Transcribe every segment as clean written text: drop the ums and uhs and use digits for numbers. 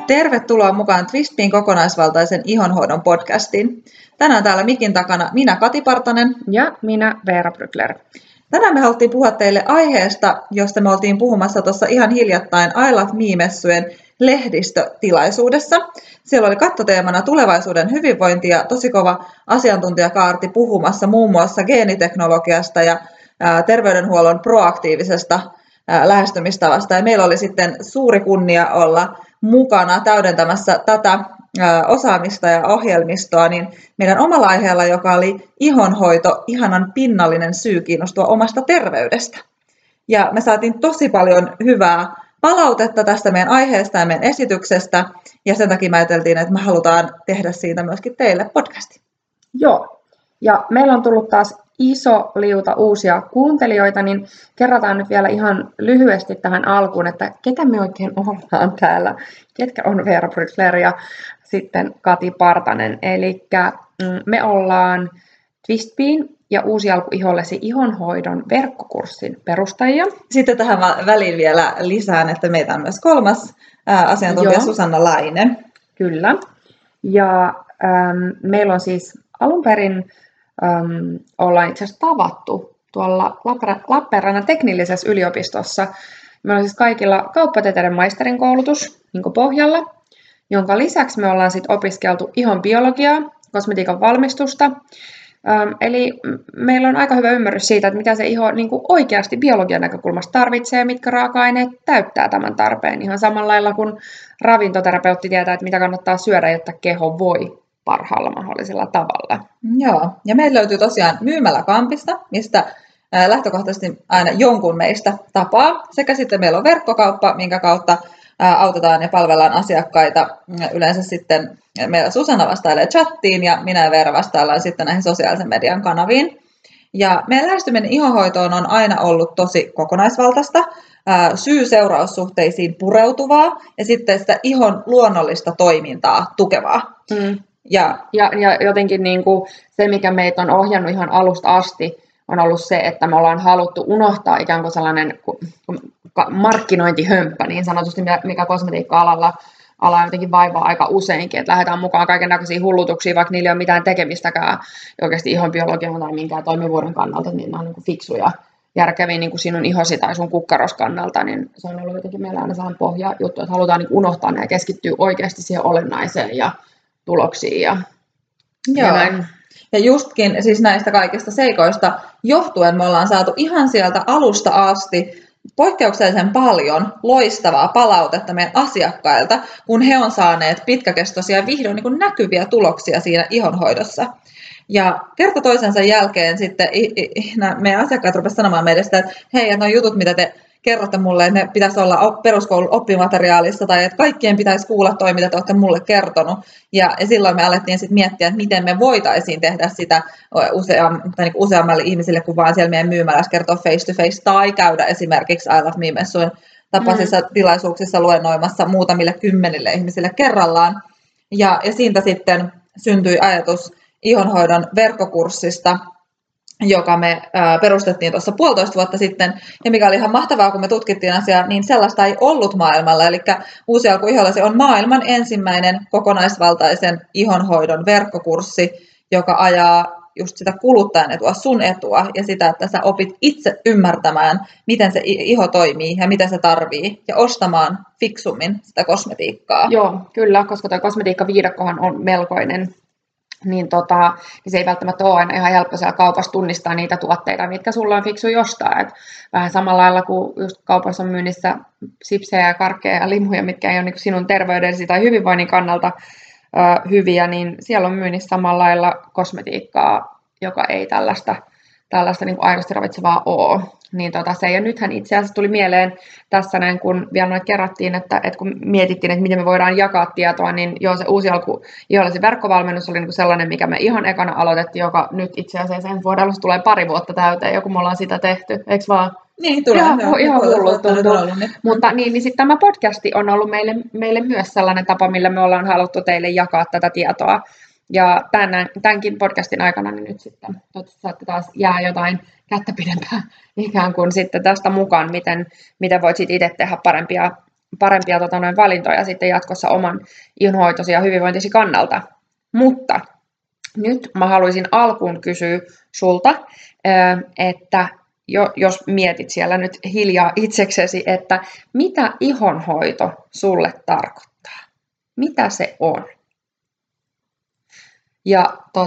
Tervetuloa mukaan Twistbeen kokonaisvaltaisen ihonhoidon podcastiin. Tänään täällä mikin takana minä Kati Partanen ja minä Veera Brykler. Tänään me haluttiin puhua teille aiheesta, josta me oltiin puhumassa tuossa ihan hiljattain I Love Me-messujen lehdistötilaisuudessa. Siellä oli kattoteemana tulevaisuuden hyvinvointi ja tosi kova asiantuntijakaarti puhumassa muun muassa geeniteknologiasta ja terveydenhuollon proaktiivisesta lähestymistavasta. Ja meillä oli sitten suuri kunnia olla mukana täydentämässä tätä osaamista ja ohjelmistoa niin meidän omalla aiheella, joka oli ihonhoito, ihanan pinnallinen syy kiinnostua omasta terveydestä. Ja me saatiin tosi paljon hyvää palautetta tästä meidän aiheesta ja meidän esityksestä, ja sen takia me ajateltiin, että me halutaan tehdä siitä myöskin teille podcasti. Joo, ja meillä on tullut taas iso liuta uusia kuuntelijoita, niin kerrotaan nyt vielä ihan lyhyesti tähän alkuun, että ketä me oikein ollaan täällä, ketkä on Veera Brykler ja sitten Kati Partanen. Eli me ollaan Twistbeen ja Uusi alku ihollesi ihonhoidon verkkokurssin perustajia. Sitten tähän väliin vielä lisään, että meitä on myös kolmas asiantuntija Susanna Laine. Kyllä. Ja meillä on siis alun perin ollaan itse asiassa tavattu tuolla Lappeenrannan teknillisessä yliopistossa. Meillä on siis kaikilla kauppatieteiden maisterin koulutus niin pohjalla, jonka lisäksi me ollaan sitten opiskeltu ihon biologiaa, kosmetiikan valmistusta. Eli meillä on aika hyvä ymmärrys siitä, että mitä se iho niin oikeasti biologian näkökulmasta tarvitsee ja mitkä raaka-aineet täyttää tämän tarpeen. Ihan samalla lailla kuin ravintoterapeutti tietää, että mitä kannattaa syödä, jotta keho voi parhaalla mahdollisella tavalla. Joo, ja meillä löytyy tosiaan myymäläkampista, mistä lähtökohtaisesti aina jonkun meistä tapaa. Sekä sitten meillä on verkkokauppa, minkä kautta autetaan ja palvellaan asiakkaita. Yleensä sitten meillä Susanna vastailee chattiin ja minä ja Veera vastaillaan sitten näihin sosiaalisen median kanaviin. Ja meidän lähestyminen ihonhoitoon on aina ollut tosi kokonaisvaltaista, syy-seuraussuhteisiin pureutuvaa ja sitten sitä ihon luonnollista toimintaa tukevaa. Ja jotenkin niin kuin se, mikä meitä on ohjannut ihan alusta asti, on ollut se, että me ollaan haluttu unohtaa ikään kuin sellainen markkinointihömppä, niin sanotusti, mikä kosmetiikka-alalla jotenkin vaivaa aika useinkin, että lähdetään mukaan kaikennäköisiä hullutuksia, vaikka niillä ei ole mitään tekemistäkään oikeasti ihon biologian tai minkään toimivuuden kannalta, niin nämä on niin fiksuja, järkeviä niin kuin sinun ihosi tai sun kukkaros kannalta, niin se on ollut jotenkin meillä aina sellainen pohjajuttu, että halutaan niin unohtaa ne ja keskittyä oikeasti siihen olennaiseen ja tuloksiin ja näin. Ja justkin siis näistä kaikista seikoista johtuen me ollaan saatu ihan sieltä alusta asti poikkeuksellisen paljon loistavaa palautetta meidän asiakkailta, kun he on saaneet pitkäkestoisia vihdoin niin kuin näkyviä tuloksia siinä ihonhoidossa. Ja kerta toisensa jälkeen sitten meidän asiakkaat rupesivat sanomaan meille sitä, että hei, että nuo jutut, mitä te kerrotte mulle, että ne pitäisi olla peruskoulun oppimateriaalissa tai että kaikkien pitäisi kuulla toi, mitä te olette mulle kertonut. Ja silloin me alettiin sitten miettiä, että miten me voitaisiin tehdä sitä useammalle ihmisille, kun vaan siellä meidän myymälässä kertoo face to face tai käydä esimerkiksi I Love Me-messujen tapaisissa tilaisuuksissa luennoimassa muutamille kymmenille ihmisille kerrallaan. Ja siitä sitten syntyi ajatus ihonhoidon verkkokurssista, joka me perustettiin tuossa 1,5 vuotta sitten, ja mikä oli ihan mahtavaa, kun me tutkittiin asiaa, niin sellaista ei ollut maailmalla. Eli Uusi alku ihollesi on maailman ensimmäinen kokonaisvaltaisen ihonhoidon verkkokurssi, joka ajaa just sitä kuluttajan etua, sun etua, ja sitä, että sä opit itse ymmärtämään, miten se iho toimii ja mitä se tarvii, ja ostamaan fiksummin sitä kosmetiikkaa. Joo, kyllä, koska tuo kosmetiikkaviidakkohan on melkoinen. Niin se ei välttämättä ole aina ihan helppo siellä kaupassa tunnistaa niitä tuotteita, mitkä sulla on fiksu jostain. Et vähän samalla lailla kuin just kaupassa on myynnissä sipsejä ja karkkeja ja limuja, mitkä ei ole niin sinun terveydellesi tai hyvinvoinnin kannalta hyviä, niin siellä on myynnissä samalla lailla kosmetiikkaa, joka ei tällaista niin kuin aidosti ravitsevaa ole. Niin se, ja nythän itse asiassa tuli mieleen tässä näin, kun vielä noin kerrattiin, että kun mietittiin, että miten me voidaan jakaa tietoa, niin joo, se Uusi alku ihollesi verkkovalmennus oli niin kuin sellainen, mikä me ihan ekana aloitettiin, joka nyt itse asiassa ensi vuodelle tulee 2 vuotta täyteen, joku me ollaan sitä tehty, eikö vaan? Niin, tulee. Ihan hullu tuntuu. Mutta niin sitten tämä podcasti on ollut meille myös sellainen tapa, millä me ollaan haluttu teille jakaa tätä tietoa. Ja tämänkin podcastin aikana niin nyt sitten saatte taas jää jotain kättä pidempää ikään kuin sitten tästä mukaan, miten voit sitten itse tehdä parempia parempia valintoja sitten jatkossa oman ihonhoitosi ja hyvinvointisi kannalta. Mutta nyt mä haluaisin alkuun kysyä sulta, että jos mietit siellä nyt hiljaa itseksesi, että mitä ihonhoito sulle tarkoittaa? Mitä se on? Ja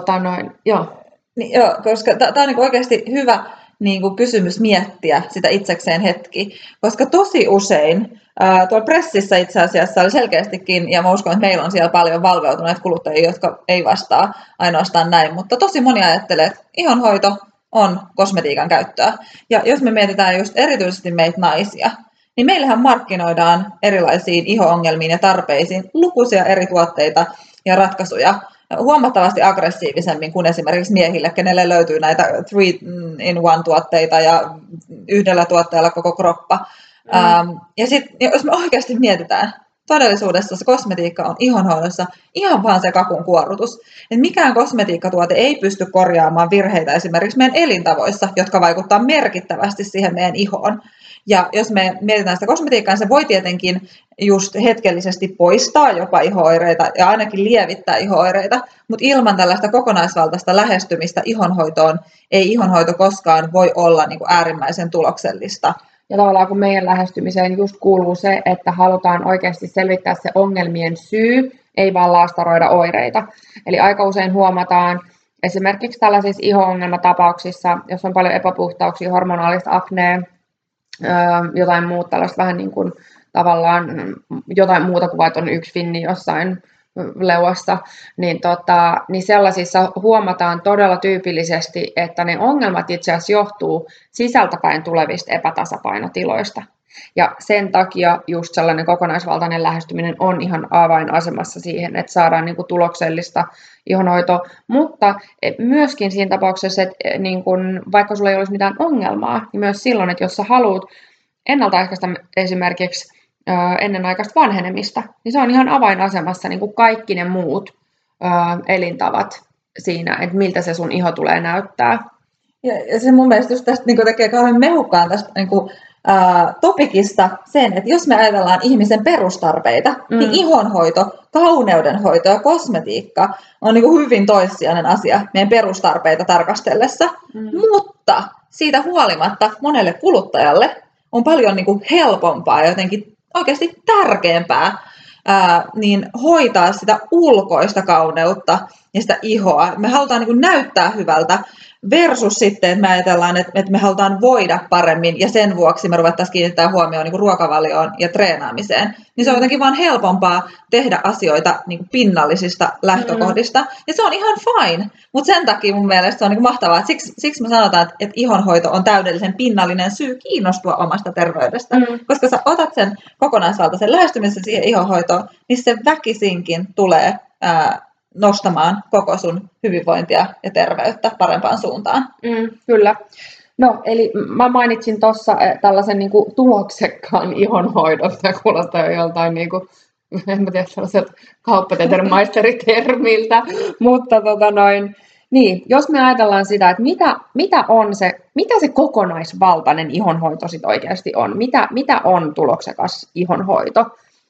joo. Niin, joo, koska tämä on niin oikeasti hyvä niin kysymys miettiä sitä itsekseen hetki, koska tosi usein tuolla pressissä itse asiassa oli selkeästikin, ja mä uskon, että meillä on siellä paljon valveutuneita kuluttajia, jotka ei vastaa ainoastaan näin, mutta tosi moni ajattelee, että ihonhoito on kosmetiikan käyttöä. Ja jos me mietitään just erityisesti meitä naisia, niin meillähän markkinoidaan erilaisiin iho-ongelmiin ja tarpeisiin lukuisia eri tuotteita ja ratkaisuja huomattavasti aggressiivisemmin kuin esimerkiksi miehille, kenelle löytyy näitä 3-in-1-tuotteita ja yhdellä tuotteella koko kroppa. Ja sitten jos me oikeasti mietitään, todellisuudessa se kosmetiikka on ihonhoidossa ihan vaan se kakun kuorrutus. Et mikään kosmetiikkatuote ei pysty korjaamaan virheitä esimerkiksi meidän elintavoissa, jotka vaikuttaa merkittävästi siihen meidän ihoon. Ja jos me mietitään sitä kosmetiikkaa, niin se voi tietenkin just hetkellisesti poistaa jopa iho-oireita ja ainakin lievittää iho-oireita, mutta ilman tällaista kokonaisvaltaista lähestymistä ihonhoitoon ei ihonhoito koskaan voi olla niin kuin äärimmäisen tuloksellista. Ja tavallaan kun meidän lähestymiseen just kuuluu se, että halutaan oikeasti selvittää se ongelmien syy, ei vaan laastaroida oireita. Eli aika usein huomataan esimerkiksi tällaisissa iho-ongelmatapauksissa, jos on paljon epäpuhtauksia, hormonaalista aknea, jotain muuta tällaista vähän niin kuin tavallaan jotain muuta kuin vain on yksi finni jossain leuassa, niin sellaisissa huomataan todella tyypillisesti, että ne ongelmat itse asiassa johtuu sisältäpäin tulevista epätasapainotiloista. Ja sen takia just sellainen kokonaisvaltainen lähestyminen on ihan avainasemassa siihen, että saadaan niin kuin tuloksellista ihonhoitoa, mutta myöskin siinä tapauksessa, että niin kuin, vaikka sulla ei olisi mitään ongelmaa, niin myös silloin, että jos sä haluat ennaltaehkäistä esimerkiksi ennenaikaista vanhenemista, niin se on ihan avainasemassa niin kuin kaikki ne muut elintavat siinä, että miltä se sun iho tulee näyttää. Ja se mun mielestä just tästä niin tekee kauhean mehukkaan tästä niin topikista sen, että jos me ajatellaan ihmisen perustarpeita, niin ihonhoito, kauneudenhoito ja kosmetiikka on niin kuin hyvin toissijainen asia meidän perustarpeita tarkastellessa, mutta siitä huolimatta monelle kuluttajalle on paljon niin kuin helpompaa ja jotenkin oikeasti tärkeämpää niin hoitaa sitä ulkoista kauneutta ja sitä ihoa. Me halutaan niin kuin näyttää hyvältä versus sitten, että me ajatellaan, että me halutaan voida paremmin ja sen vuoksi me ruvettaisiin kiinnittää huomioon niin kuin ruokavalioon ja treenaamiseen. Niin se on jotenkin vaan helpompaa tehdä asioita niin kuin pinnallisista lähtökohdista. Ja se on ihan fine, mutta sen takia mun mielestä se on niin kuin mahtavaa. Siksi me sanotaan, että ihonhoito on täydellisen pinnallinen syy kiinnostua omasta terveydestä. Koska sä otat sen kokonaisvaltaisen lähestymisen siihen ihonhoitoon, niin se väkisinkin tulee nostamaan koko sun hyvinvointia ja terveyttä parempaan suuntaan. Kyllä. No, eli mä mainitsin tuossa tällaisen niin kuin tuloksekkaan ihonhoidon, tämä kuulostaa joltain niin kuin, en mä tiedä, sellaiselta kauppatetermaisteritermiltä, mutta niin, jos me ajatellaan sitä, että mitä se kokonaisvaltainen ihonhoito sit oikeasti on, mitä on tuloksekas ihonhoito,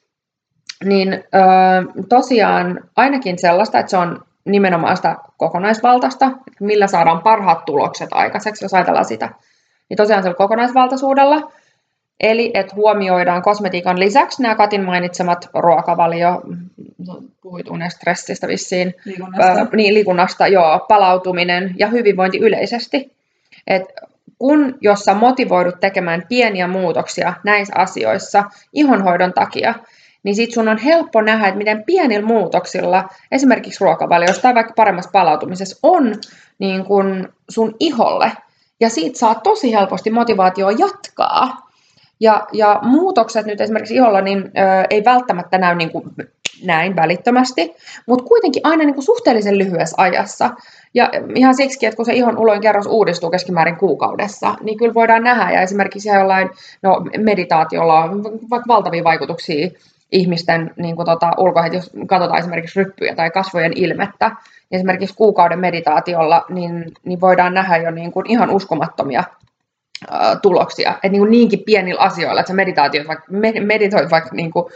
niin tosiaan ainakin sellaista, että se on nimenomaan sitä kokonaisvaltaista, millä saadaan parhaat tulokset aikaiseksi, jos ajatellaan sitä. Niin tosiaan sillä kokonaisvaltaisuudella, eli että huomioidaan kosmetiikan lisäksi nämä Katin mainitsemat ruokavalio, puhuit unestressistä vissiin, liikunnasta, joo, palautuminen ja hyvinvointi yleisesti. Et jos sä motivoidut tekemään pieniä muutoksia näissä asioissa ihonhoidon takia, niin sit sun on helppo nähdä, että miten pienillä muutoksilla, esimerkiksi ruokavaliossa tai vaikka paremmassa palautumisessa, on niin kun sun iholle. Ja siitä saa tosi helposti motivaatioa jatkaa. Ja muutokset nyt esimerkiksi iholla niin, ei välttämättä näy niin kuin näin välittömästi, mutta kuitenkin aina niin kuin suhteellisen lyhyessä ajassa. Ja ihan siksi, että kun se ihon uloin kerros uudistuu keskimäärin kuukaudessa, niin kyllä voidaan nähdä. Ja esimerkiksi jollain meditaatiolla on vaikka valtavia vaikutuksia ihmisten niin kuin ulkoihin, jos katsotaan esimerkiksi ryppyjä tai kasvojen ilmettä, niin esimerkiksi kuukauden meditaatiolla, niin voidaan nähdä jo niin kuin ihan uskomattomia tuloksia. Että niin niinkin pienillä asioilla, että sä meditoit vaikka niin kuin,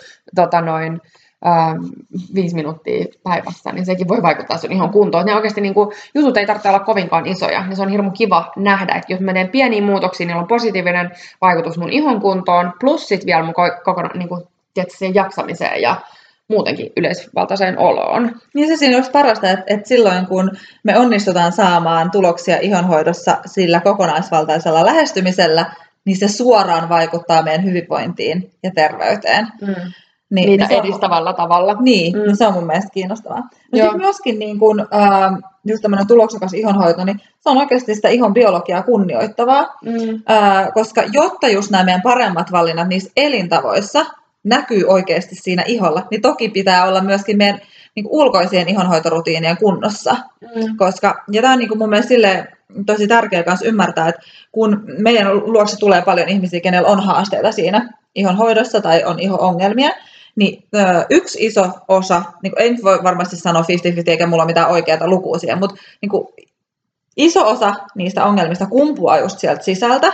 5 minuuttia päivässä, niin sekin voi vaikuttaa sun ihon kuntoon. Ne oikeasti niin kuin, jutut ei tarvitse olla kovinkaan isoja, niin se on hirmu kiva nähdä, että jos mä teen pieniä muutoksia, niillä on positiivinen vaikutus mun ihon kuntoon, plus sit vielä mun kokonaan niin kuin, siihen jaksamiseen ja muutenkin yleisvaltaiseen oloon. Niin se siinä olisi parasta, että silloin kun me onnistutaan saamaan tuloksia ihonhoidossa sillä kokonaisvaltaisella lähestymisellä, niin se suoraan vaikuttaa meidän hyvinvointiin ja terveyteen. Niitä edistävällä tavalla. Niin, se on mun mielestä kiinnostavaa. No sitten myöskin niin kun, just tämmöinen tuloksekas ihonhoito, niin se on oikeasti sitä ihon biologiaa kunnioittavaa, koska jotta just nämä meidän paremmat valinnat niissä elintavoissa näkyy oikeasti siinä iholla, niin toki pitää olla myöskin meidän niin ulkoisien ihonhoitorutiinien kunnossa. Ja tämä on niin mun mielestä silleen tosi tärkeää kanssa ymmärtää, että kun meidän luokse tulee paljon ihmisiä, kenellä on haasteita siinä ihonhoidossa tai on ihon-ongelmia, niin yksi iso osa, niin ei nyt voi varmasti sanoa 50-50 eikä mulla ole mitään oikeaa lukua siihen, mutta niin iso osa niistä ongelmista kumpuaa just sieltä sisältä.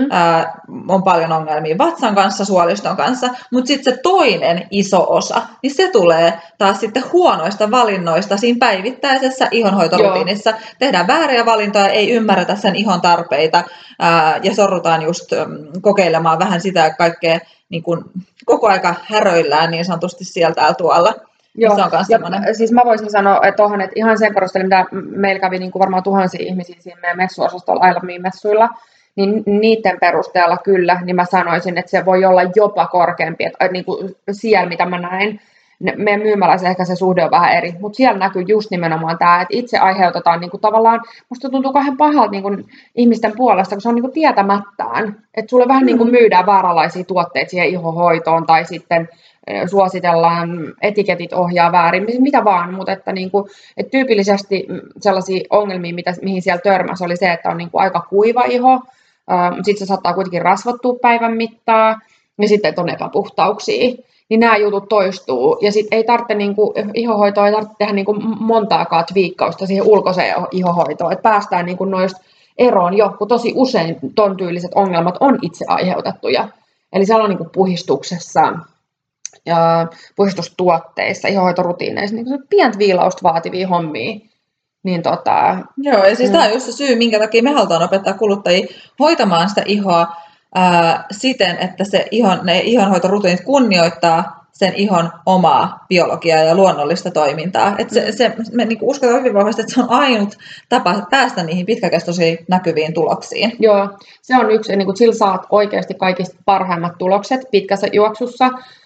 On paljon ongelmia vatsan kanssa, suoliston kanssa, mutta sitten se toinen iso osa, niin se tulee taas sitten huonoista valinnoista siinä päivittäisessä ihonhoitorutiinissa. Tehdään vääriä valintoja, ei ymmärretä sen ihon tarpeita ja sorrutaan just kokeilemaan vähän sitä kaikkea niin kun koko aika häröillään niin sanotusti sieltä tuolla. Joo, se on siis mä voisin sanoa tuohon, että ihan sen perusteella, mitä meillä kävi niin kuin varmaan tuhansia ihmisiä siinä meidän messuosastolla I Love Me-messuilla, niin niiden perusteella kyllä, niin mä sanoisin, että se voi olla jopa korkeampi, että niin kuin siellä mitä mä näin, meidän myymälässä ehkä se suhde on vähän eri, mutta siellä näkyy just nimenomaan tämä, että itse aiheutetaan niin kuin tavallaan, musta tuntuu kauhean pahalta niin kuin ihmisten puolesta, kun se on niin kuin tietämättään, että sulle vähän niin kuin myydään vääränlaisia tuotteita siihen ihohoitoon tai sitten suositellaan, etiketit ohjaa väärin, mitä vaan, mutta että, niin kuin, että tyypillisesti sellaisia ongelmia, mihin siellä törmäsi, oli se, että on niin kuin aika kuiva iho, mutta sitten se saattaa kuitenkin rasvattua päivän mittaan, ja sitten että on epäpuhtauksia. Niin nämä jutut toistuu, ja sitten ei tarvitse niinku, ihohoitoa ei tarvitse tehdä niinku montaakaan viikkausta siihen ulkoiseen ihohoitoon, että päästään niinku noista eroon jo, kun tosi usein ton tyyliset ongelmat on itse aiheutettuja. Eli siellä on niinku puhistuksessa ja puhistustuotteissa, ihohoitorutiineissa, niin pientä viilausta vaativia hommia. Niin Joo, ja siis tämä on just se syy, minkä takia me halutaan opettaa kuluttajia hoitamaan sitä ihoa siten, että ne ihonhoitorutiinit kunnioittaa sen ihon omaa biologiaa ja luonnollista toimintaa. Me niin uskotaan hyvin vahvasti, että se on ainut tapa päästä niihin pitkäkestoisiin näkyviin tuloksiin. Joo, se on yksi, niin kuin sillä saat oikeasti kaikista parhaimmat tulokset pitkässä juoksussa.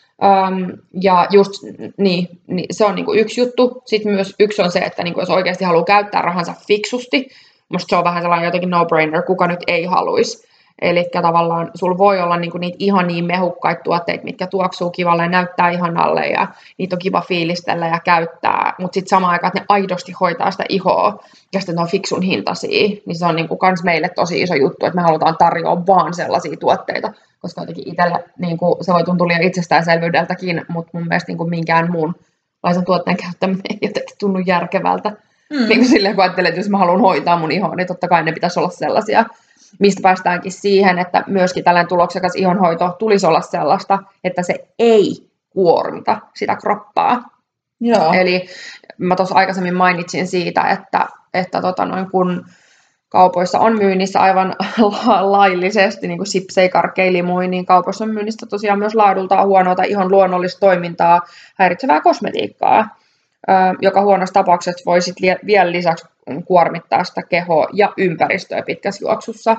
Ja just niin se on niinku yksi juttu. Sitten myös yksi on se, että niinku jos oikeasti haluaa käyttää rahansa fiksusti, musta se on vähän sellainen jotenkin no-brainer, kuka nyt ei haluaisi. Eli tavallaan sulla voi olla niinku niitä ihania mehukkaita tuotteita, mitkä tuoksuu kivalle ja näyttää ihanalle ja niitä on kiva fiilistellä ja käyttää, mutta sitten samaan aikaan, että ne aidosti hoitaa sitä ihoa ja sitten on fiksun hintaisia, niin se on niinku kans meille tosi iso juttu, että me halutaan tarjoa vaan sellaisia tuotteita, koska jotenkin itselle niinku, se voi tuntua liian itsestäänselvyydeltäkin, mutta mun mielestä niinku minkään muunlaisen tuotteen käyttäminen ei jotenkin tunnu järkevältä. Niin kuin silleen, kun ajattelee, että jos mä haluan hoitaa mun ihoa, niin totta kai ne pitäisi olla sellaisia, mistä päästäänkin siihen, että myöskin tällainen tuloksekas ihonhoito tulisi olla sellaista, että se ei kuormita sitä kroppaa. Joo. Eli mä tuossa aikaisemmin mainitsin siitä, että kun kaupoissa on myynnissä aivan laillisesti, niin kuin sipsei, karkei, limui, niin kaupoissa on myynnissä tosiaan myös laadultaan huonoa tai ihon luonnollista toimintaa häiritsevää kosmetiikkaa, joka huonossa tapauksessa voi sitten vielä lisäksi kuormittaa sitä kehoa ja ympäristöä pitkässä juoksussa.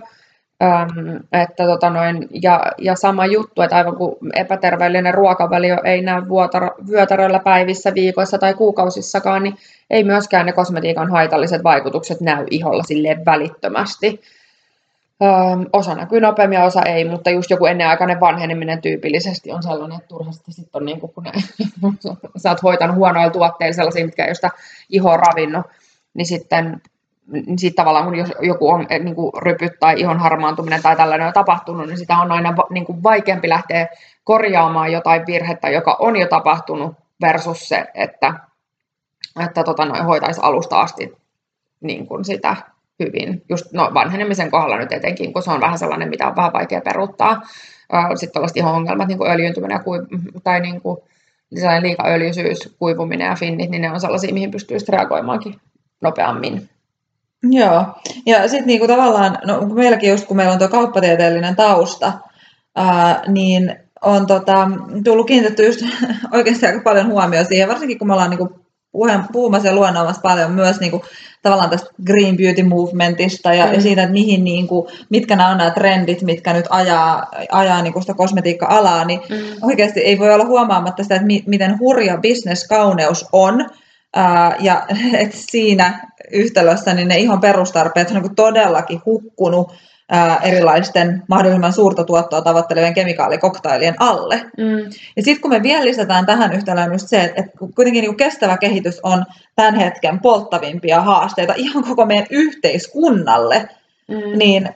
Ja sama juttu, että aivan kuin epäterveellinen ruokavalio ei näy vyötäröillä päivissä, viikoissa tai kuukausissakaan, niin ei myöskään ne kosmetiikan haitalliset vaikutukset näy iholla silleen välittömästi. Osa näkyy nopeammin ja osa ei, mutta just joku ennenaikainen vanheneminen tyypillisesti on sellainen, että turhasti sitten on niin kuin, kun sä oot hoitanut huonoilla tuotteilla sellaisia, mitkä ei ole sitä ihoa ravinnut, niin sitten tavallaan kun jos joku on niin kuin rypyt tai ihon harmaantuminen tai tällainen on tapahtunut, niin sitä on aina niin kuin vaikeampi lähteä korjaamaan jotain virhettä, joka on jo tapahtunut versus se, että hoitaisi alusta asti niin kuin sitä hyvin. Just vanhenemisen kohdalla nyt etenkin, kun se on vähän sellainen, mitä on vähän vaikea peruuttaa. Sitten tällaiset ihon-ongelmat, niin kuin öljyntyminen tai niin kuin liikaöljyisyys, kuivuminen ja finnit, niin ne on sellaisia, mihin pystyy reagoimaankin nopeammin. Joo, ja sitten niinku tavallaan, no meilläkin just kun meillä on tuo kauppatieteellinen tausta, niin on tullut kiinnitetty just oikeasti aika paljon huomioon siihen, varsinkin kun me ollaan niinku puhumassa ja luennoimassa paljon myös niinku tavallaan tästä Green Beauty Movementista ja siitä, että mitkä nämä on nämä trendit, mitkä nyt ajaa niinku sitä kosmetiikka-alaa, niin oikeasti ei voi olla huomaamatta sitä, että miten hurja bisneskauneus on, ja että siinä yhtälössä niin ne ihon perustarpeet on niin todellakin hukkunut erilaisten mahdollisimman suurta tuottoa tavoittelevien kemikaalikoktailien alle. Ja sitten kun me vielä lisätään tähän yhtälöön just se, että kuitenkin niin kestävä kehitys on tämän hetken polttavimpia haasteita ihan koko meidän yhteiskunnalle, niin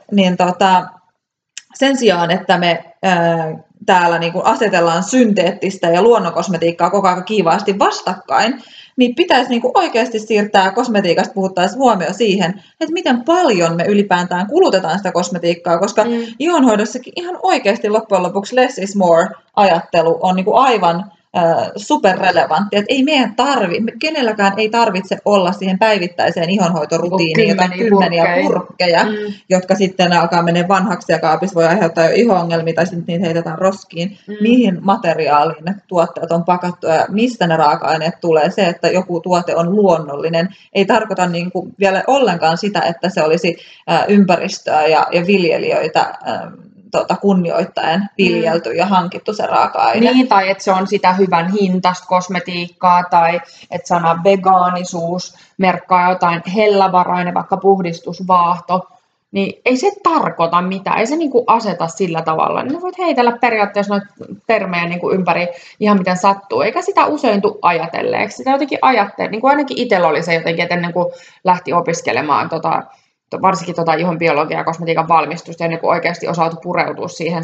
sen sijaan, että me täällä niin kuin asetellaan synteettistä ja luonnonkosmetiikkaa koko ajan kiivaasti vastakkain, niin pitäisi niin kuin oikeasti siirtää kosmetiikasta puhuttaessa huomio siihen, että miten paljon me ylipäätään kulutetaan sitä kosmetiikkaa, koska ihonhoidossakin ihan oikeasti loppujen lopuksi less is more -ajattelu on niin kuin aivan superrelevantti, että ei meidän kenelläkään ei tarvitse olla siihen päivittäiseen ihonhoitorutiiniin jotain kymmeniä purkkeja, jotka sitten alkaa mennä vanhaksi ja kaapissa voi aiheuttaa jo iho-ongelmia tai sitten niitä heitetään roskiin. Mihin materiaaliin ne tuotteet on pakattu ja mistä ne raaka-aineet tulee. Se, että joku tuote on luonnollinen, ei tarkoita niin kuin vielä ollenkaan sitä, että se olisi ympäristöä ja viljelijöitä kunnioittaen viljelty ja hankittu se raaka-aine. Niin, tai että se on sitä hyvän hintaista kosmetiikkaa, tai että sana vegaanisuus merkkaa jotain hellävarainen, vaikka puhdistusvaahto, niin ei se tarkoita mitään, ei se niinku aseta sillä tavalla. Ne voit heitellä periaatteessa noita termejä niinku ympäri ihan miten sattuu, eikä sitä usein tule ajatelleeksi. Sitä jotenkin niin kuin ainakin itsellä oli se jotenkin, että ennen kuin lähti opiskelemaan varsinkin ihon biologia ja kosmetiikan valmistusta, ennen kuin oikeasti osautui pureutua siihen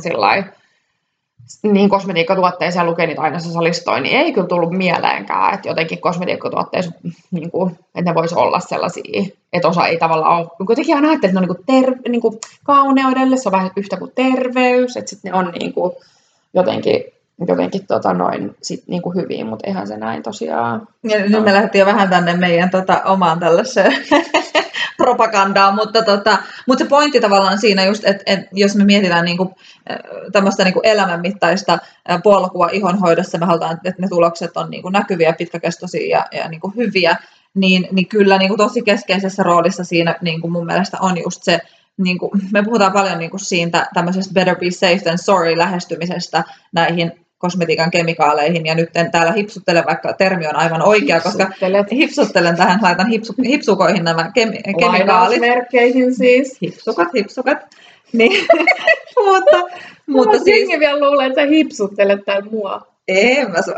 niin kosmetiikkatuotteisiin ja lukee niitä ainesosalistoja, niin ei kyllä tullut mieleenkään, että jotenkin kosmetiikkatuotteissa, niin kuin, että ne voisi olla sellaisia, että osa ei tavallaan ole. Kuitenkin aina ajattelin, että ne on niin kuin kauneudelle, se on vähän yhtä kuin terveys, että sitten ne on niin kuin jotenkin sit niin kuin hyviä, mutta eihän se näin tosiaan. Ja nyt me lähdettiin jo vähän tänne meidän omaan tällaiseen propagandaan, mutta se pointti tavallaan siinä just, että jos me mietitään niinku, tämmöistä niinku elämänmittaista polkua ihonhoidossa, me halutaan, että ne tulokset on niinku näkyviä, pitkäkestoisia ja niinku hyviä, niin kyllä niinku tosi keskeisessä roolissa siinä niinku mun mielestä on just se, niinku, me puhutaan paljon niinku siitä tämmöisestä better be safe than sorry -lähestymisestä näihin kosmetiikan kemikaaleihin, ja nyt en täällä hipsuttele, vaikka termi on aivan oikea, koska hipsuttelen tähän, laitan hipsukoihin nämä kemikaalit. Lainausmerkkeihin siis. Hipsukat. Niin. mutta siis... Jengi vielä luulee, että sä hipsuttelet täällä mua. En mä sua.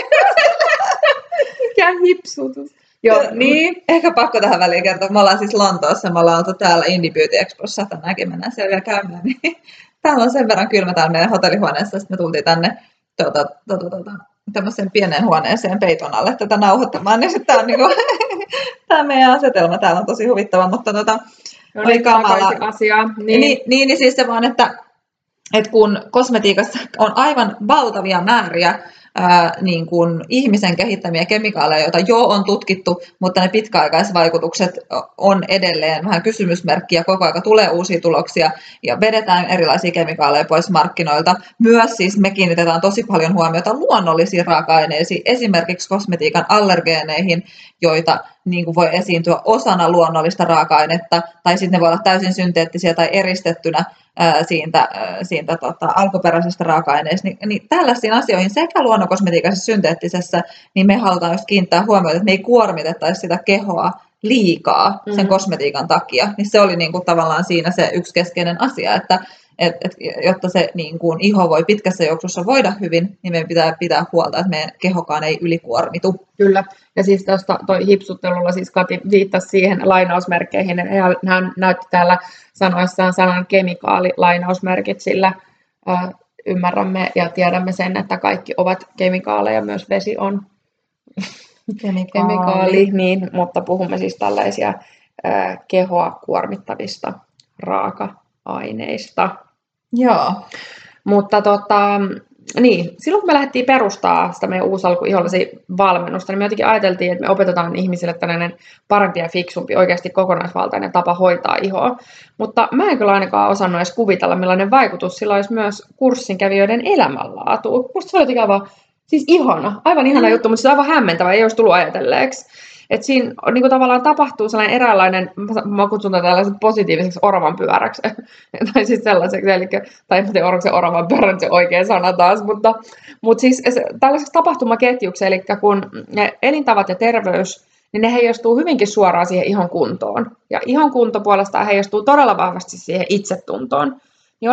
Mikä hipsutus? Joo, niin. Ehkä pakko tähän väliin kertoa. Me ollaan siis Lontoossa, me ollaan oltu täällä Indie Beauty Expossa, tänäänkin mennään siellä vielä käymään. Niin täällä on sen verran kylmä täällä meidän hotellihuoneessa, sitten me tultiin tänne tämmöiseen pieneen huoneeseen peiton alle tätä nauhoittamaan, niin sitten tämä niinku, meidän asetelma täällä on tosi huvittava, mutta oli kamala. Asiaa. Niin siis se vaan, että kun kosmetiikassa on aivan valtavia määriä niin kuin ihmisen kehittämiä kemikaaleja, joita jo on tutkittu, mutta ne pitkäaikaisvaikutukset on edelleen vähän kysymysmerkkiä, koko ajan tulee uusia tuloksia ja vedetään erilaisia kemikaaleja pois markkinoilta. Myös siis me kiinnitetään tosi paljon huomiota luonnollisiin raaka-aineisiin, esimerkiksi kosmetiikan allergeeneihin, joita niin kuin voi esiintyä osana luonnollista raaka-ainetta, tai sitten ne voi olla täysin synteettisiä tai eristettynä siitä alkuperäisestä raaka-aineesta, niin tällaisiin asioihin sekä luonnonkosmetiikassa synteettisessä, niin me halutaan just kiinnittää huomiota, että me ei kuormitettaisi sitä kehoa liikaa sen kosmetiikan takia, niin se oli niin kuin tavallaan siinä se yksi keskeinen asia, että jotta se niin kuin iho voi pitkässä juoksussa voida hyvin, niin meidän pitää pitää huolta, että meidän kehokaan ei ylikuormitu. Kyllä, ja siis tuosta toi hipsuttelulla siis Kati viittasi siihen lainausmerkkeihin, hän näytti täällä sanoissaan sanan kemikaalilainausmerkit, sillä ymmärrämme ja tiedämme sen, että kaikki ovat kemikaaleja, myös vesi on kemikaali, niin, mutta puhumme siis tällaisia kehoa kuormittavista raaka-aineista. Joo. Mutta niin, silloin kun me lähdettiin perustaa sitä meidän uusalku ihollesi valmennusta, niin me jotenkin ajateltiin, että me opetetaan ihmisille tällainen parempi ja fiksumpi, oikeasti kokonaisvaltainen tapa hoitaa ihoa. Mutta mä en kyllä ainakaan osannut edes kuvitella, millainen vaikutus sillä olisi myös kurssin kävijöiden elämänlaatuun. Musta se oli jotenkin siis aivan ihana juttu, mutta se on aivan hämmentävä, ei olisi tullut ajatelleeksi. Että siinä niin kuin tavallaan tapahtuu sellainen eräänlainen, mä kutsun tätä tällaiseksi positiiviseksi oravan pyöräksi, tai siis sellaiseksi, tai en tiedä, onko se oravan pyörä se oikea sana taas, mutta siis tällaiseksi tapahtumaketjuksi, eli kun ne elintavat ja terveys, niin ne heijastuu hyvinkin suoraan siihen ihon kuntoon. Ja ihon kunto puolestaan heijastuu todella vahvasti siihen itsetuntoon. Niin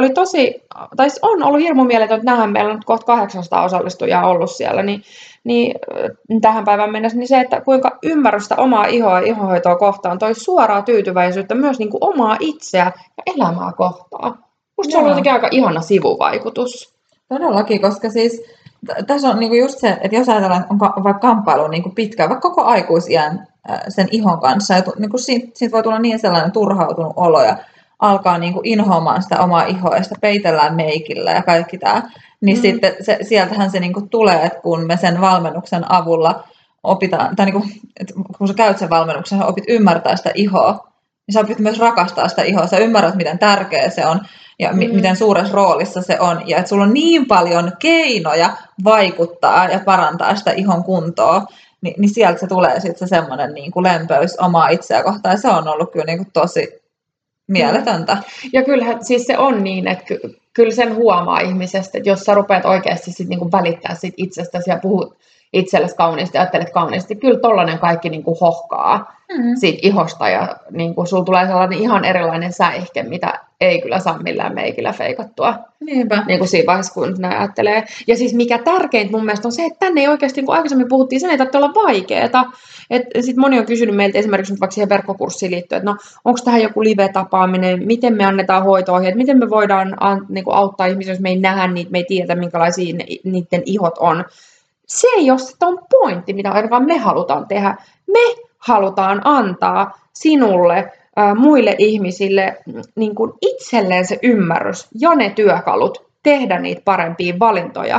on ollut hirmu mieletöntä nähdä, meillä on nyt kohta 800 osallistujaa ollut siellä, niin tähän päivään mennessä, niin se, että kuinka ymmärrystä omaa ihoa ja ihohoitoa kohtaan toi suoraa tyytyväisyyttä myös niin kuin omaa itseä ja elämää kohtaan. Musta se on jotenkin aika ihana sivuvaikutus. Todellakin, koska siis tässä on niinku just se, että jos ajatellaan, että on vaikka kamppailu niinku pitkään, vaikka koko aikuisiän sen ihon kanssa, ja niinku siitä voi tulla niin sellainen turhautunut olo ja alkaa niinku inhoamaan sitä omaa ihoa ja sitä peitellään meikillä ja kaikki tämä, niin sitten sieltähän se niinku tulee, että kun me sen valmennuksen avulla opitaan, tai niinku, kun sä käyt sen valmennuksen, sä opit ymmärtää sitä ihoa, niin sä opit myös rakastaa sitä ihoa, sä ymmärrät, miten tärkeä se on ja miten suuressa roolissa se on, ja että sulla on niin paljon keinoja vaikuttaa ja parantaa sitä ihon kuntoa, niin sieltä se tulee sitten se semmoinen niin kuin lempeys omaa itseä kohtaan, ja se on ollut kyllä niin kuin tosi mieletöntä. Ja kyllähän siis se on niin, että kyllä sen huomaa ihmisestä, että jos sä rupeat oikeasti sit niinku välittää sit itsestäsi ja puhut itsellesi kauniisti, ajattelet kauniisti, kyllä tollainen kaikki niinku hohkaa siitä ihosta ja niinku sulla tulee sellainen ihan erilainen säihke, mitä ei kyllä saa millään meikillä feikattua. Niinpä. Niin siinä vaiheessa, kun ne ajattelee. Ja siis mikä tärkeintä mun mielestä on se, että tänne ei oikeasti, niin kuin aikaisemmin puhuttiin, sen ei tarvitse olla vaikeeta. Sitten moni on kysynyt meiltä esimerkiksi nyt vaikka siihen verkkokurssiin liittyen, että no onko tähän joku live-tapaaminen, miten me annetaan hoito-ohjeet, miten me voidaan niin kuin auttaa ihmisiä, jos me ei nähdä niitä, me ei tiedä minkälaisia niiden ihot on. Se ei ole se on pointti, mitä ainakaan me halutaan tehdä. Me halutaan antaa sinulle, muille ihmisille niin kuin itselleen se ymmärrys ja ne työkalut tehdä niitä parempia valintoja.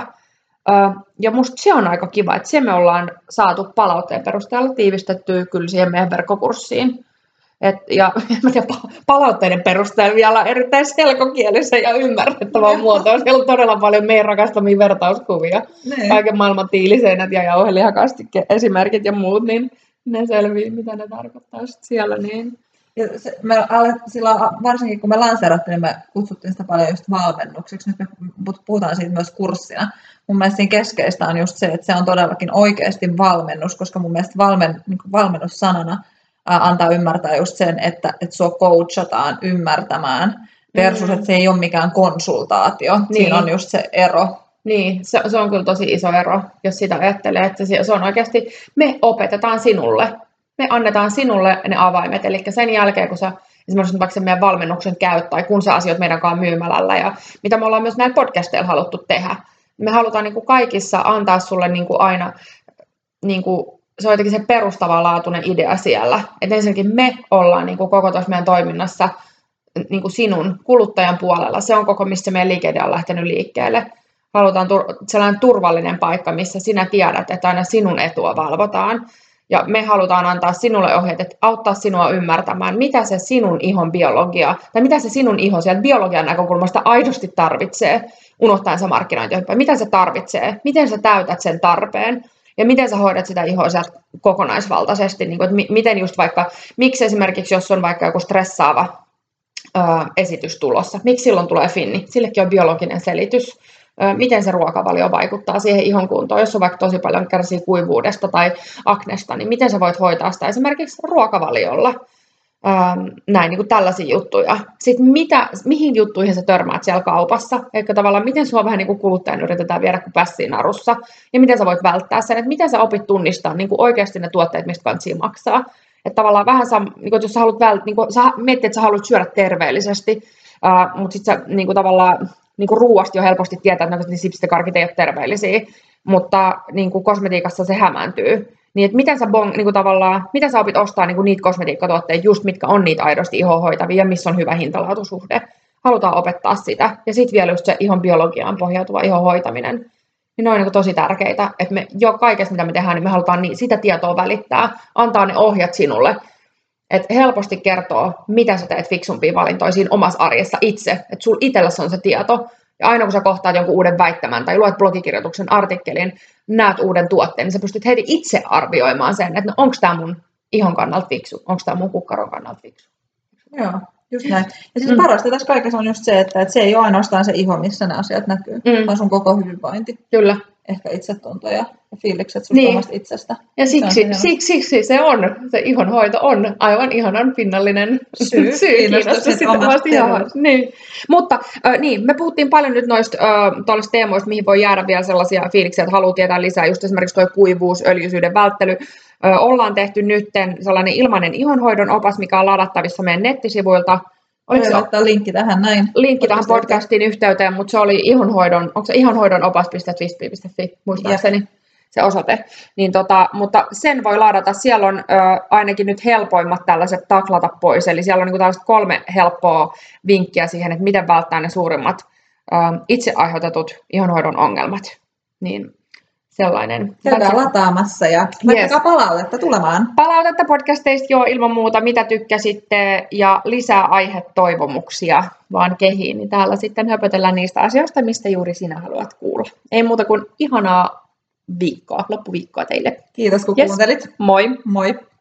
Ja musta se on aika kiva, että se me ollaan saatu palautteen perusteella tiivistettyä kyllä siihen meidän verkkokurssiin. Ja palautteiden perusteella vielä erittäin selkokielisen ja ymmärrettävän muotoon. Siellä on todella paljon meidän rakastamia vertauskuvia. Kaiken maailman tiiliseinät ja jauhelihakastikke esimerkit ja muut, niin ne selviää, mitä ne tarkoittaa siellä. Niin. Ja silloin, varsinkin kun me lanseerattiin, niin me kutsuttiin sitä paljon just valmennukseksi. Nyt me puhutaan siitä myös kurssina. Mun mielestä siinä keskeistä on just se, että se on todellakin oikeasti valmennus, koska mun mielestä valmennussanana antaa ymmärtää just sen, että sua coachataan ymmärtämään versus, että se ei ole mikään konsultaatio. Niin. Siinä on just se ero. Niin, se on kyllä tosi iso ero, jos sitä ajattelee, että se on oikeasti, me opetetaan sinulle. Me annetaan sinulle ne avaimet, eli sen jälkeen, kun sä esimerkiksi vaikka meidän valmennuksen käyt tai kun sä asioit meidän kanssa myymälällä ja mitä me ollaan myös näillä podcasteilla haluttu tehdä. Me halutaan niin kuin kaikissa antaa sulle niin kuin aina, niin kuin, se on jotenkin se perustavanlaatuinen idea siellä. Että ensinnäkin me ollaan niin kuin koko tuossa meidän toiminnassa niin kuin sinun kuluttajan puolella. Se on koko, mistä meidän liikeidea on lähtenyt liikkeelle. Halutaan sellainen turvallinen paikka, missä sinä tiedät, että aina sinun etua valvotaan. Ja me halutaan antaa sinulle ohjeet, että auttaa sinua ymmärtämään, mitä se sinun ihon biologia, tai mitä se sinun iho sieltä biologian näkökulmasta aidosti tarvitsee, unohtaen se markkinointi, mitä se tarvitsee, miten sä täytät sen tarpeen, ja miten sä hoidat sitä ihoa sieltä kokonaisvaltaisesti, niin kuin, että miten just vaikka, miksi esimerkiksi, jos on vaikka joku stressaava esitys tulossa, miksi silloin tulee finni, sillekin on biologinen selitys. Miten se ruokavalio vaikuttaa siihen ihon kuntoon, jos on vaikka tosi paljon kärsii kuivuudesta tai aknesta, niin miten sä voit hoitaa sitä esimerkiksi ruokavaliolla, näin niin kuin tällaisia juttuja. Sitten mihin juttuihin sä törmäät siellä kaupassa, eli tavallaan miten sua vähän niin kuin kuluttajan yritetään viedä kuin pässiin narussa, ja miten sä voit välttää sen, että miten sä opit tunnistaa niin kuin oikeasti ne tuotteet, mistä kansia maksaa. Että tavallaan vähän, niin kuin, jos sä haluat niin kuin, sä mietit, että sä haluat syödä terveellisesti, mutta sitten sä niin kuin, tavallaan niin kuin ruuasta jo helposti tietää, että ne sipsit ja karkit ei ole terveellisiä, mutta niin kuin kosmetiikassa se hämääntyy. Niin, että miten sä opit ostaa niin kuin niitä kosmetiikkatuotteita, just mitkä on niitä aidosti ihohoitavia ja missä on hyvä hintalaatusuhde. Halutaan opettaa sitä. Ja sitten vielä just se ihon biologiaan pohjautuva ihon hoitaminen. Niin ne on niin kuin tosi tärkeitä, että me jo kaikessa mitä me tehdään, niin me halutaan sitä tietoa välittää, antaa ne ohjat sinulle. Että helposti kertoo, mitä sä teet fiksumpia valintoja siinä omassa arjessa itse. Että sulla itselläsi on se tieto. Ja aina kun sä kohtaat jonkun uuden väittämän tai luet blogikirjoituksen artikkelin, näet uuden tuotteen, niin sä pystyt heti itse arvioimaan sen, että no, onko tämä mun ihon kannalta fiksu, onko tämä mun kukkaron kannalta fiksu. Joo, just näin. Ja siis parasta tässä kaikessa on just se, että se ei ole ainoastaan se iho, missä ne asiat näkyy, vaan sun koko hyvinvointi. Kyllä. Ehkä itsetunto ja fiilikset susta omasta itsestä. Ja siksi se ihonhoito on aivan ihanan pinnallinen syy kiinnostus sitä omasta ihohoidosta. Niin. Mutta me puhuttiin paljon nyt noista teemoista, mihin voi jäädä vielä sellaisia fiiliksiä, että haluaa tietää lisää. Just esimerkiksi tuo kuivuus, öljyisyyden välttely. Ollaan tehty nyt sellainen ilmainen ihonhoidon opas, mikä on ladattavissa meidän nettisivuilta. Oliko se ottaa linkki tähän näin? Linkki tähän podcastin yhteyteen, mutta se oli ihonhoidonopas.twisby.fi, muistaakseni se osoite. Niin mutta sen voi ladata. Siellä on ainakin nyt helpoimmat tällaiset taklata pois. Eli siellä on niin tällaiset 3 helppoa vinkkiä siihen, että miten välttää ne suurimmat itse aiheutetut ihonhoidon ongelmat. Niin sellainen. Käydään lataamassa ja laittakaa palautetta tulemaan. Palautetta podcasteista ilman muuta, mitä tykkäsitte ja lisää aihetoivomuksia vaan kehiin. Niin täällä sitten höpötellään niistä asioista, mistä juuri sinä haluat kuulla. Ei muuta kuin ihanaa loppuviikkoa teille. Kiitos kun kuuntelit. Moi. Moi.